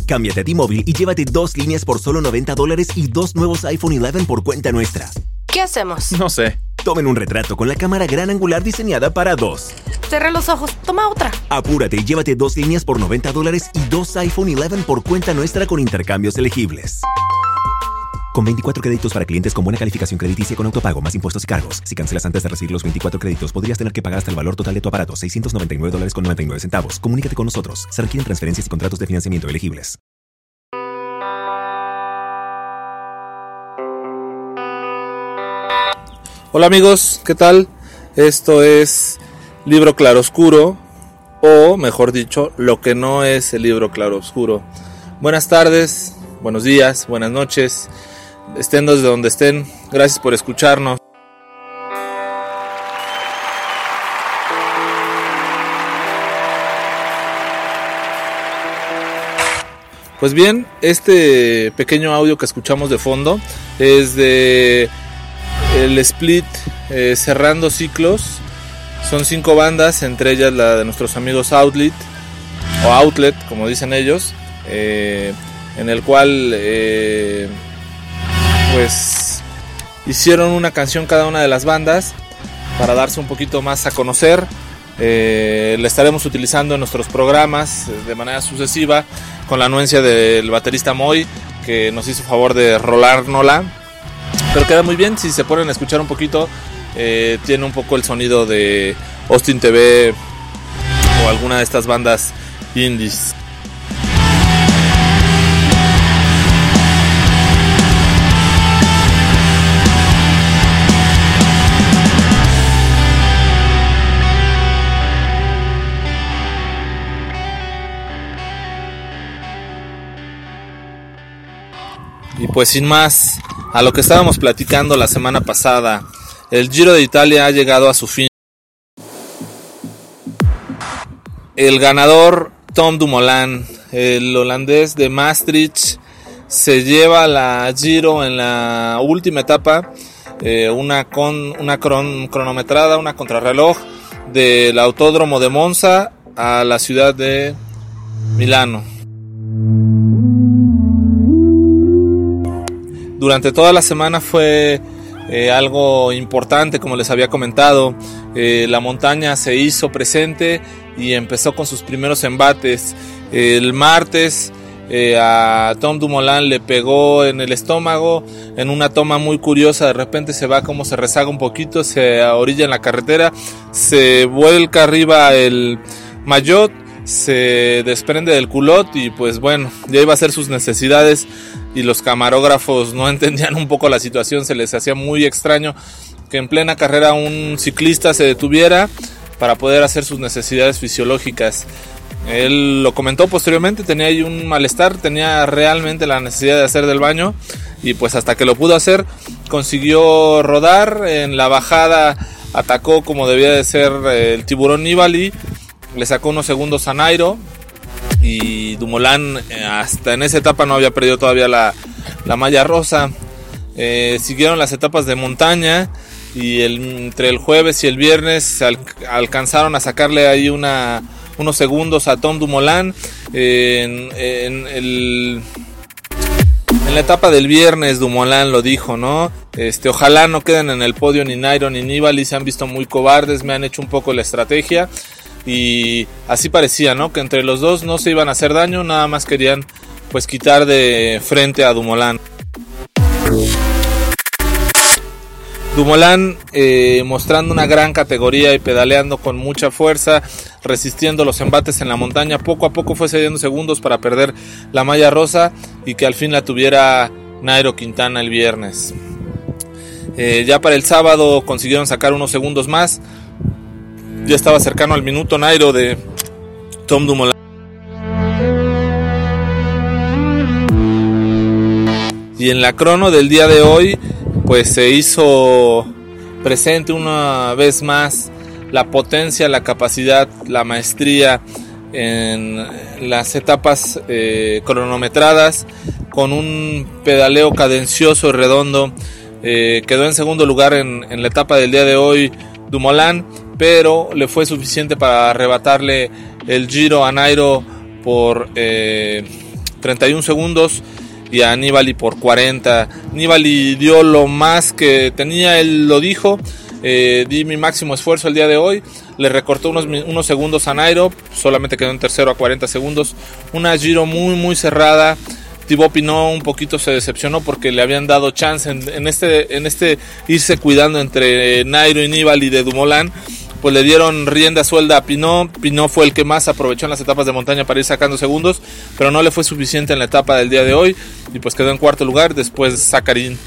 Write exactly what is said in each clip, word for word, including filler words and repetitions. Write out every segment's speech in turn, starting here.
Cámbiate a T-Mobile y llévate dos líneas por solo noventa dólares y dos nuevos iPhone once por cuenta nuestra. ¿Qué hacemos? No sé. Tomen un retrato con la cámara gran angular diseñada para dos. Cerré los ojos. Toma otra. Apúrate y llévate dos líneas por noventa dólares y dos iPhone once por cuenta nuestra con intercambios elegibles. Con veinticuatro créditos para clientes con buena calificación crediticia con autopago, más impuestos y cargos. Si cancelas antes de recibir los veinticuatro créditos, podrías tener que pagar hasta el valor total de tu aparato, seiscientos noventa y nueve dólares con noventa y nueve centavos. Comunícate con nosotros. Se requieren transferencias y contratos de financiamiento elegibles. Hola amigos, ¿qué tal? Esto es Libro Claroscuro, o mejor dicho, lo que no es el libro claroscuro. Buenas tardes, buenos días, buenas noches. Estén desde donde estén, gracias por escucharnos. Pues bien, este pequeño audio que escuchamos de fondo es de el split eh, Cerrando Ciclos. Son cinco bandas, entre ellas la de nuestros amigos Outlet, o Outlet, como dicen ellos, eh, en el cual eh, pues hicieron una canción cada una de las bandas para darse un poquito más a conocer. Eh, la estaremos utilizando en nuestros programas de manera sucesiva, con la anuencia del baterista Moy, que nos hizo favor de rolárnosla. Pero queda muy bien, si se ponen a escuchar un poquito, eh, tiene un poco el sonido de Austin T V o alguna de estas bandas indies. Y pues sin más, a lo que estábamos platicando la semana pasada, el Giro de Italia ha llegado a su fin. El ganador, Tom Dumoulin, el holandés de Maastricht, se lleva la Giro en la última etapa, eh, una, con, una cron, cronometrada, una contrarreloj del Autódromo de Monza a la ciudad de Milano. Durante toda la semana fue eh, algo importante, como les había comentado. Eh, la montaña se hizo presente y empezó con sus primeros embates. El martes eh, a Tom Dumoulin le pegó en el estómago en una toma muy curiosa. De repente se va como se rezaga un poquito, se orilla en la carretera, se vuelca arriba el maillot, se desprende del culot y pues bueno, ya iba a hacer sus necesidades. Y los camarógrafos no entendían un poco la situación, se les hacía muy extraño que en plena carrera un ciclista se detuviera para poder hacer sus necesidades fisiológicas. Él lo comentó posteriormente, tenía ahí un malestar, tenía realmente la necesidad de hacer del baño y pues hasta que lo pudo hacer consiguió rodar. En la bajada atacó como debía de ser el tiburón Nibali, le sacó unos segundos a Nairo. Y Dumoulin hasta en esa etapa no había perdido todavía la, la malla rosa. Eh, siguieron las etapas de montaña y el, entre el jueves y el viernes al, alcanzaron a sacarle ahí una, unos segundos a Tom Dumoulin. Eh, en, en, el, en la etapa del viernes Dumoulin lo dijo, ¿no? Este, ojalá no queden en el podio ni Nairo ni Nibali, se han visto muy cobardes, me han hecho un poco la estrategia. Y así parecía, ¿no? Que entre los dos no se iban a hacer daño, nada más querían pues quitar de frente a Dumoulin. Dumoulin eh, mostrando una gran categoría y pedaleando con mucha fuerza, resistiendo los embates en la montaña, poco a poco fue cediendo segundos para perder la malla rosa y que al fin la tuviera Nairo Quintana el viernes. Eh, ya para el sábado consiguieron sacar unos segundos más. Ya estaba cercano al minuto Nairo de Tom Dumoulin. Y en la crono del día de hoy, pues se hizo presente una vez más la potencia, la capacidad, la maestría en las etapas eh, cronometradas, con un pedaleo cadencioso y redondo. Eh, quedó en segundo lugar en, en la etapa del día de hoy Dumoulin, pero le fue suficiente para arrebatarle el Giro a Nairo por, eh, treinta y un segundos y a Nibali por cuarenta. Nibali dio lo más que tenía, él lo dijo. Eh, di mi máximo esfuerzo el día de hoy, le recortó unos, unos segundos a Nairo, solamente quedó en tercero a cuarenta segundos, una Giro muy muy cerrada. Thibaut Pinot un poquito se decepcionó porque le habían dado chance en, en, este, en este irse cuidando entre Nairo y Nibali de Dumoulin, pues le dieron rienda suelta a Pinot. Pinot fue el que más aprovechó en las etapas de montaña para ir sacando segundos, pero no le fue suficiente en la etapa del día de hoy y pues quedó en cuarto lugar después de Sakharin.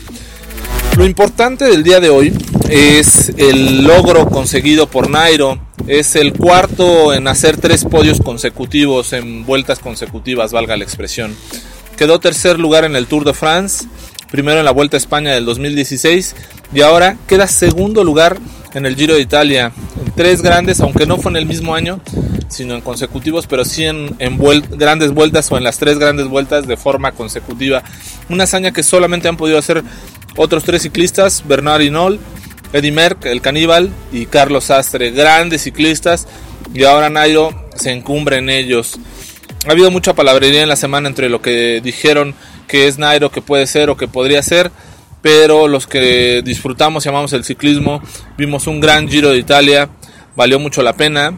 Lo importante del día de hoy es el logro conseguido por Nairo. Es el cuarto en hacer tres podios consecutivos en vueltas consecutivas, valga la expresión. Quedó tercer lugar en el Tour de France, primero en la Vuelta a España del dos mil dieciséis y ahora queda segundo lugar en el Giro de Italia. En tres grandes, aunque no fue en el mismo año, sino en consecutivos, pero sí en, en vuel- grandes vueltas o en las tres grandes vueltas de forma consecutiva. Una hazaña que solamente han podido hacer otros tres ciclistas, Bernard Hinault, Eddy Merckx, el caníbal, y Carlos Sastre, grandes ciclistas, y ahora Nairo se encumbra en ellos. Ha habido mucha palabrería en la semana entre lo que dijeron que es Nairo, que puede ser o que podría ser, pero los que disfrutamos y amamos el ciclismo, vimos un gran Giro de Italia, valió mucho la pena,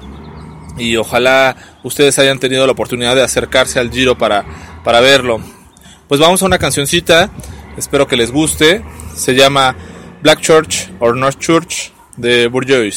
y ojalá ustedes hayan tenido la oportunidad de acercarse al Giro para, para verlo. Pues vamos a una cancioncita, espero que les guste, se llama Black Church or North Church de Bourgeois.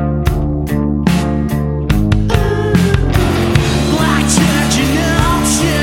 Black church and old church.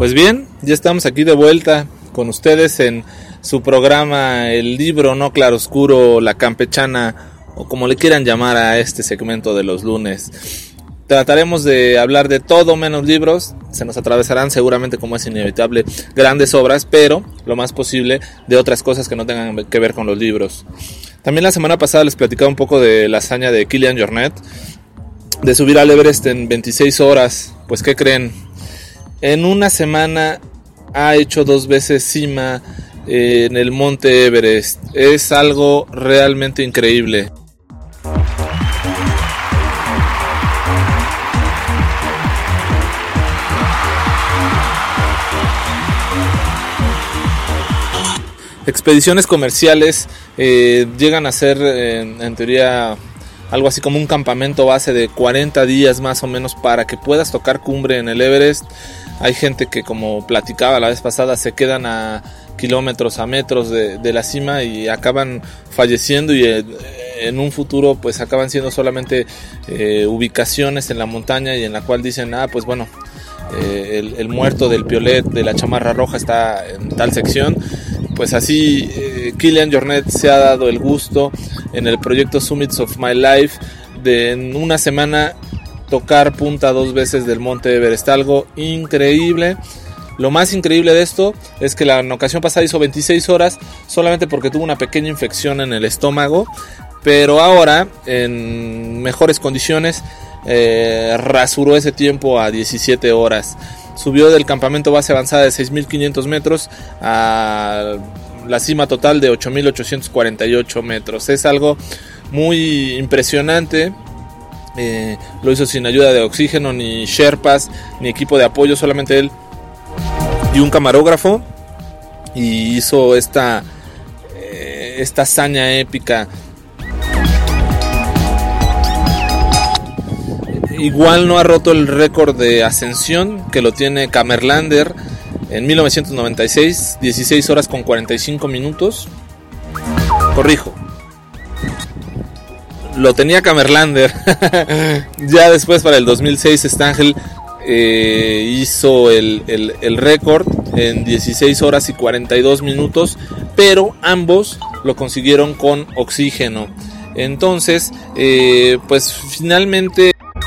Pues bien, ya estamos aquí de vuelta con ustedes en su programa El Libro No Claroscuro, La Campechana, o como le quieran llamar a este segmento de los lunes. Trataremos de hablar de todo menos libros. Se nos atravesarán seguramente, como es inevitable, grandes obras, pero lo más posible de otras cosas que no tengan que ver con los libros. También la semana pasada les platicaba un poco de la hazaña de Kilian Jornet de subir al Everest en veintiséis horas. Pues ¿qué creen? En una semana ha hecho dos veces cima eh, en el monte Everest. Es algo realmente increíble. Expediciones comerciales eh, llegan a ser eh, en teoría algo así como un campamento base de cuarenta días más o menos para que puedas tocar cumbre en el Everest. Hay gente que, como platicaba la vez pasada, se quedan a kilómetros, a metros de, de la cima y acaban falleciendo, y eh, en un futuro pues acaban siendo solamente eh, ubicaciones en la montaña, y en la cual dicen, ah pues bueno, eh, el, el muerto del piolet de la chamarra roja está en tal sección. Pues así eh, Kilian Jornet se ha dado el gusto en el proyecto Summits of My Life de en una semana tocar punta dos veces del monte Everest. Algo increíble. Lo más increíble de esto es que la en ocasión pasada hizo veintiséis horas solamente porque tuvo una pequeña infección en el estómago, pero ahora en mejores condiciones eh, rasuró ese tiempo a diecisiete horas. Subió del campamento base avanzada de seis mil quinientos metros a la cima total de ocho mil ochocientos cuarenta y ocho metros. Es algo muy impresionante. Eh, lo hizo sin ayuda de oxígeno, ni sherpas, ni equipo de apoyo, solamente él y un camarógrafo. Y hizo esta, eh, esta hazaña épica. Igual no ha roto el récord de ascensión que lo tiene Kamerlander en mil novecientos noventa y seis, dieciséis horas con cuarenta y cinco minutos. Corrijo, lo tenía Kamerlander. Ya después, para el dos mil seis, Stangl eh, hizo el, el, el récord en dieciséis horas y cuarenta y dos minutos, pero ambos lo consiguieron con oxígeno. Entonces, eh, pues finalmente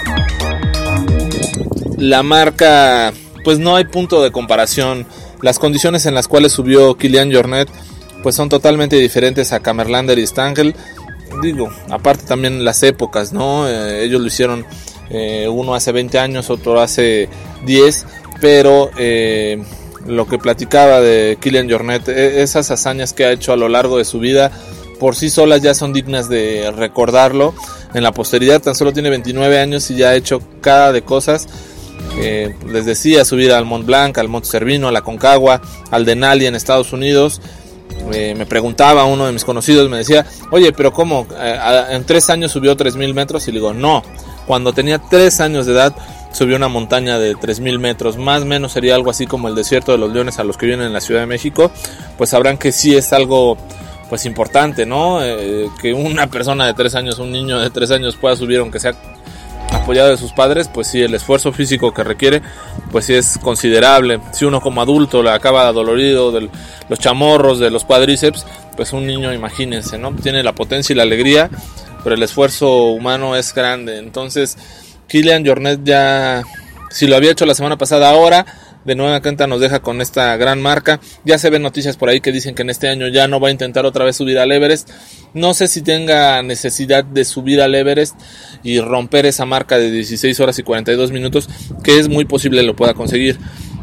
la marca, pues no hay punto de comparación. Las condiciones en las cuales subió Kilian Jornet pues son totalmente diferentes a Kamerlander y Stangl. Digo, aparte también las épocas, ¿no? Eh, ellos lo hicieron, eh, uno hace veinte años, otro hace diez, pero eh, lo que platicaba de Kilian Jornet, esas hazañas que ha hecho a lo largo de su vida, por sí solas ya son dignas de recordarlo en la posteridad. Tan solo tiene veintinueve años y ya ha hecho cada de cosas. Eh, les decía, subir al Mont Blanc, al Monte Cervino, a la Concagua, al Denali en Estados Unidos. Eh, me preguntaba uno de mis conocidos, me decía, oye, pero ¿cómo? Eh, en tres años subió tres mil metros. Y le digo, no, cuando tenía tres años de edad subió una montaña de tres mil metros, más o menos sería algo así como el Desierto de los Leones a los que viven en la Ciudad de México. Pues sabrán que sí es algo pues importante, ¿no? Eh, que una persona de tres años, un niño de tres años pueda subir, aunque sea apoyado de sus padres, pues sí, el esfuerzo físico que requiere, pues sí es considerable. Si uno como adulto le acaba dolorido de los chamorros, de los cuádriceps, pues un niño, imagínense, ¿no? Tiene la potencia y la alegría, pero el esfuerzo humano es grande. Entonces, Kilian Jornet ya, si lo había hecho la semana pasada, ahora de nueva cuenta nos deja con esta gran marca. Ya se ven noticias por ahí que dicen que en este año ya no va a intentar otra vez subir al Everest. No sé si tenga necesidad de subir al Everest y romper esa marca de dieciséis horas y cuarenta y dos minutos, que es muy posible lo pueda conseguir.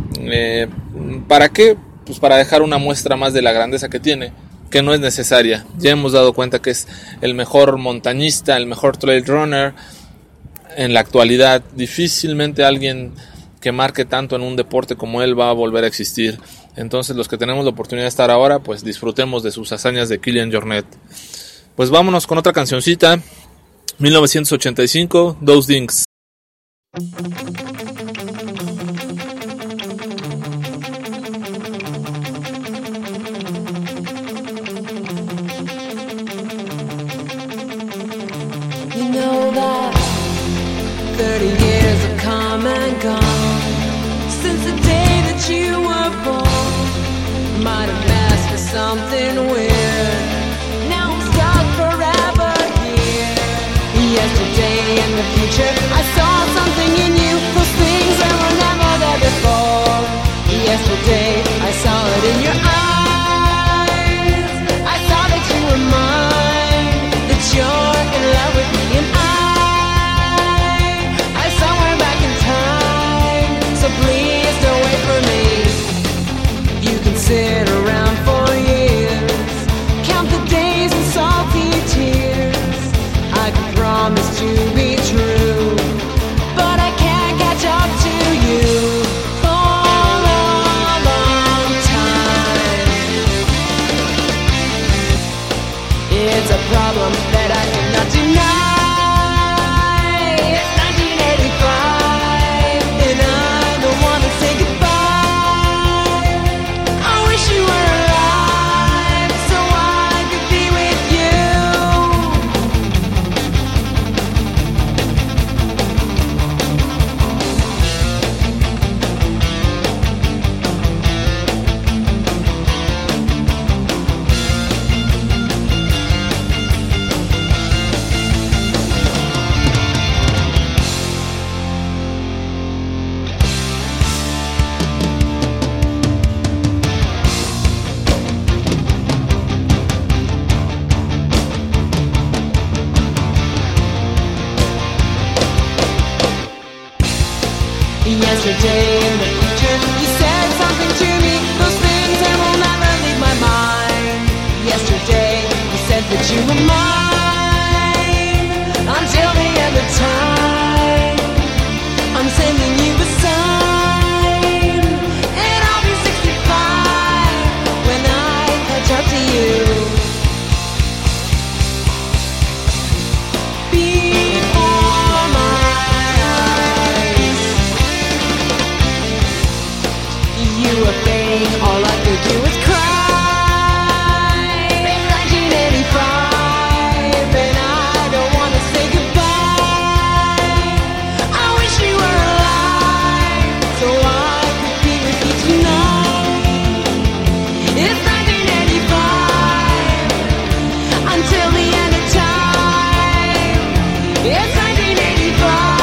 Eh, ¿Para qué? Pues para dejar una muestra más de la grandeza que tiene, que no es necesaria. Ya hemos dado cuenta que es el mejor montañista, el mejor trail runner en la actualidad. Difícilmente alguien que marque tanto en un deporte como él va a volver a existir. Entonces, los que tenemos la oportunidad de estar ahora, pues disfrutemos de sus hazañas de Kilian Jornet. Pues vámonos con otra cancioncita. mil novecientos ochenta y cinco, Those Things. You know that thirty years have come and gone since the day that you something weird. Now I'm stuck forever here. Yesterday and the future, I saw something in you. Those things that were never there before. Yesterday, I saw it in your eyes. I saw that you were mine, that you're in love with me, and I, I somewhere back in time. So please don't wait for me. You can sit around for years, count the days and salty tears. I can promise to be true, but I can't catch up to you for a long time. It's a problem that I cannot deny. It's nineteen eighty-five, and I don't want to say goodbye. I wish you were alive so I could be with you. Yesterday in the future, you said something to me. Those things that will never leave my mind. Yesterday, you said that you were mine until the end of time. I'm sending you a sign, and I'll be sixty-five when I catch up to you. Before my eyes, you were fading, all I could do was cry. It's nineteen eighty-five, and I don't wanna say goodbye. I wish you were alive so I could be with you tonight. It's nineteen eighty-five until the end of time. It's nineteen eighty-five.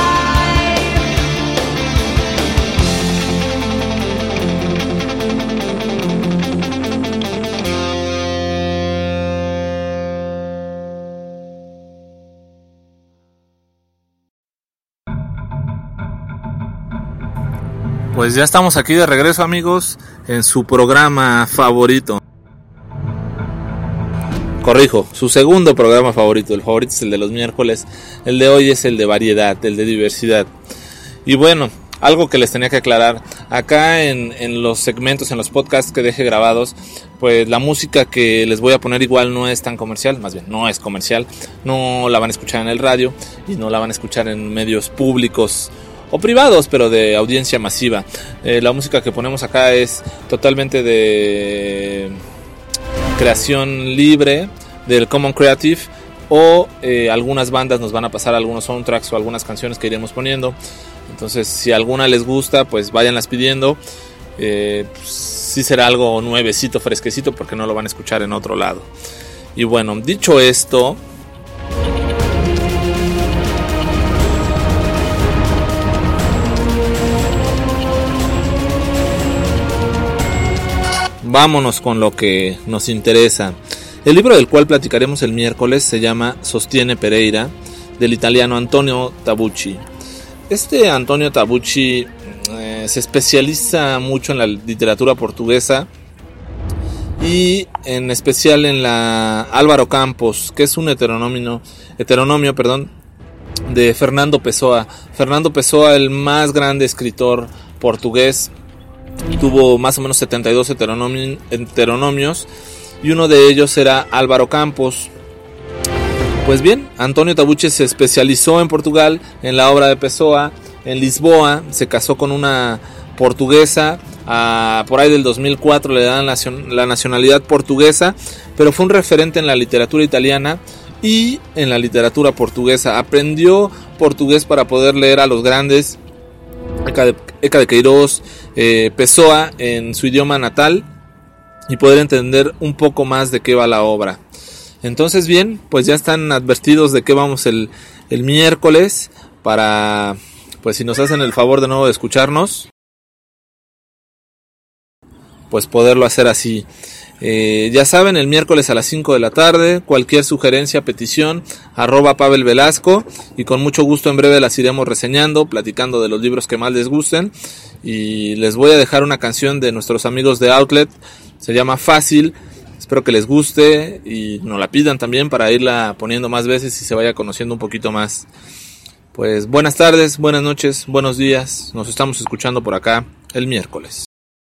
Pues ya estamos aquí de regreso, amigos, en su programa favorito. Corrijo, su segundo programa favorito. El favorito es el de los miércoles. El de hoy es el de variedad, el de diversidad. Y bueno, algo que les tenía que aclarar. Acá en, en los segmentos, en los podcasts que deje grabados, pues la música que les voy a poner igual no es tan comercial. Más bien, no es comercial. No la van a escuchar en el radio y no la van a escuchar en medios públicos o privados, pero de audiencia masiva. Eh, la música que ponemos acá es totalmente de creación libre, del Common Creative, o eh, algunas bandas nos van a pasar algunos soundtracks o algunas canciones que iremos poniendo. Entonces, si alguna les gusta, pues váyanlas pidiendo. Eh, pues, sí será algo nuevecito, fresquecito, porque no lo van a escuchar en otro lado. Y bueno, dicho esto, vámonos con lo que nos interesa. El libro del cual platicaremos el miércoles se llama Sostiene Pereira, del italiano Antonio Tabucchi. Este Antonio Tabucchi eh, se especializa mucho en la literatura portuguesa y en especial en la Álvaro Campos, que es un heteronomio, heteronomio, perdón, de Fernando Pessoa. Fernando Pessoa, el más grande escritor portugués, tuvo más o menos setenta y dos heteronomi- heteronomios y uno de ellos era Álvaro Campos. Pues bien, Antonio Tabucchi se especializó en Portugal, en la obra de Pessoa, en Lisboa, se casó con una portuguesa, a, por ahí del dos mil cuatro le dan la, la nacionalidad portuguesa, pero fue un referente en la literatura italiana y en la literatura portuguesa. Aprendió portugués para poder leer a los grandes, Eca de, Eca de Queiroz, eh, Pessoa en su idioma natal, y poder entender un poco más de qué va la obra. Entonces bien, pues ya están advertidos de qué vamos el, el miércoles, para, pues si nos hacen el favor de nuevo de escucharnos, pues poderlo hacer así. Eh, ya saben, el miércoles a las cinco de la tarde, cualquier sugerencia, petición, arroba Pavel Velasco, y con mucho gusto en breve las iremos reseñando, platicando de los libros que más les gusten, y les voy a dejar una canción de nuestros amigos de Outlet, se llama Fácil, espero que les guste y nos la pidan también para irla poniendo más veces y se vaya conociendo un poquito más. Pues buenas tardes, buenas noches, buenos días, nos estamos escuchando por acá el miércoles.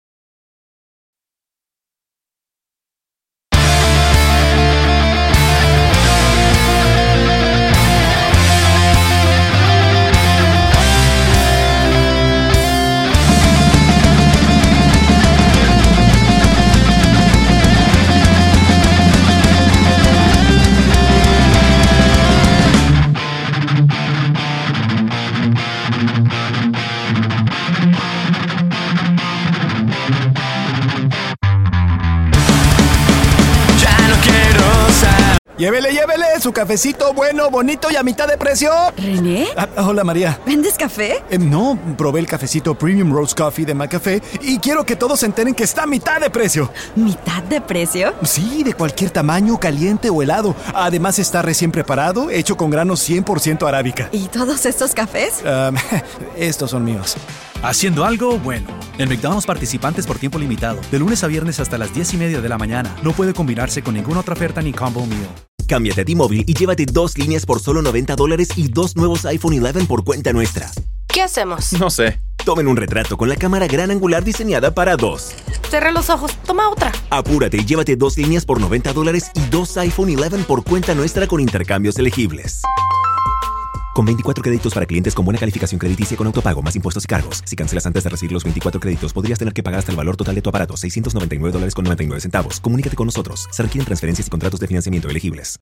Llévele, llévele, su cafecito bueno, bonito y a mitad de precio. ¿René? Ah, hola, María. ¿Vendes café? Eh, no, probé el cafecito Premium Roast Coffee de McCafé y quiero que todos se enteren que está a mitad de precio. ¿Mitad de precio? Sí, de cualquier tamaño, caliente o helado. Además está recién preparado, hecho con granos cien por ciento arábica. ¿Y todos estos cafés? Um, estos son míos. Haciendo algo bueno. En McDonald's participantes por tiempo limitado. De lunes a viernes hasta las diez y media de la mañana. No puede combinarse con ninguna otra oferta ni combo meal. Cámbiate a T-Mobile y llévate dos líneas por solo noventa dólares y dos nuevos iPhone once por cuenta nuestra. ¿Qué hacemos? No sé. Tomen un retrato con la cámara gran angular diseñada para dos. Cierra los ojos, toma otra. Apúrate y llévate dos líneas por noventa dólares y dos iPhone once por cuenta nuestra con intercambios elegibles. Con veinticuatro créditos para clientes con buena calificación crediticia con autopago más impuestos y cargos. Si cancelas antes de recibir los veinticuatro créditos, podrías tener que pagar hasta el valor total de tu aparato, seiscientos noventa y nueve dólares con noventa y nueve centavos. Comunícate con nosotros. Se requieren transferencias y contratos de financiamiento elegibles.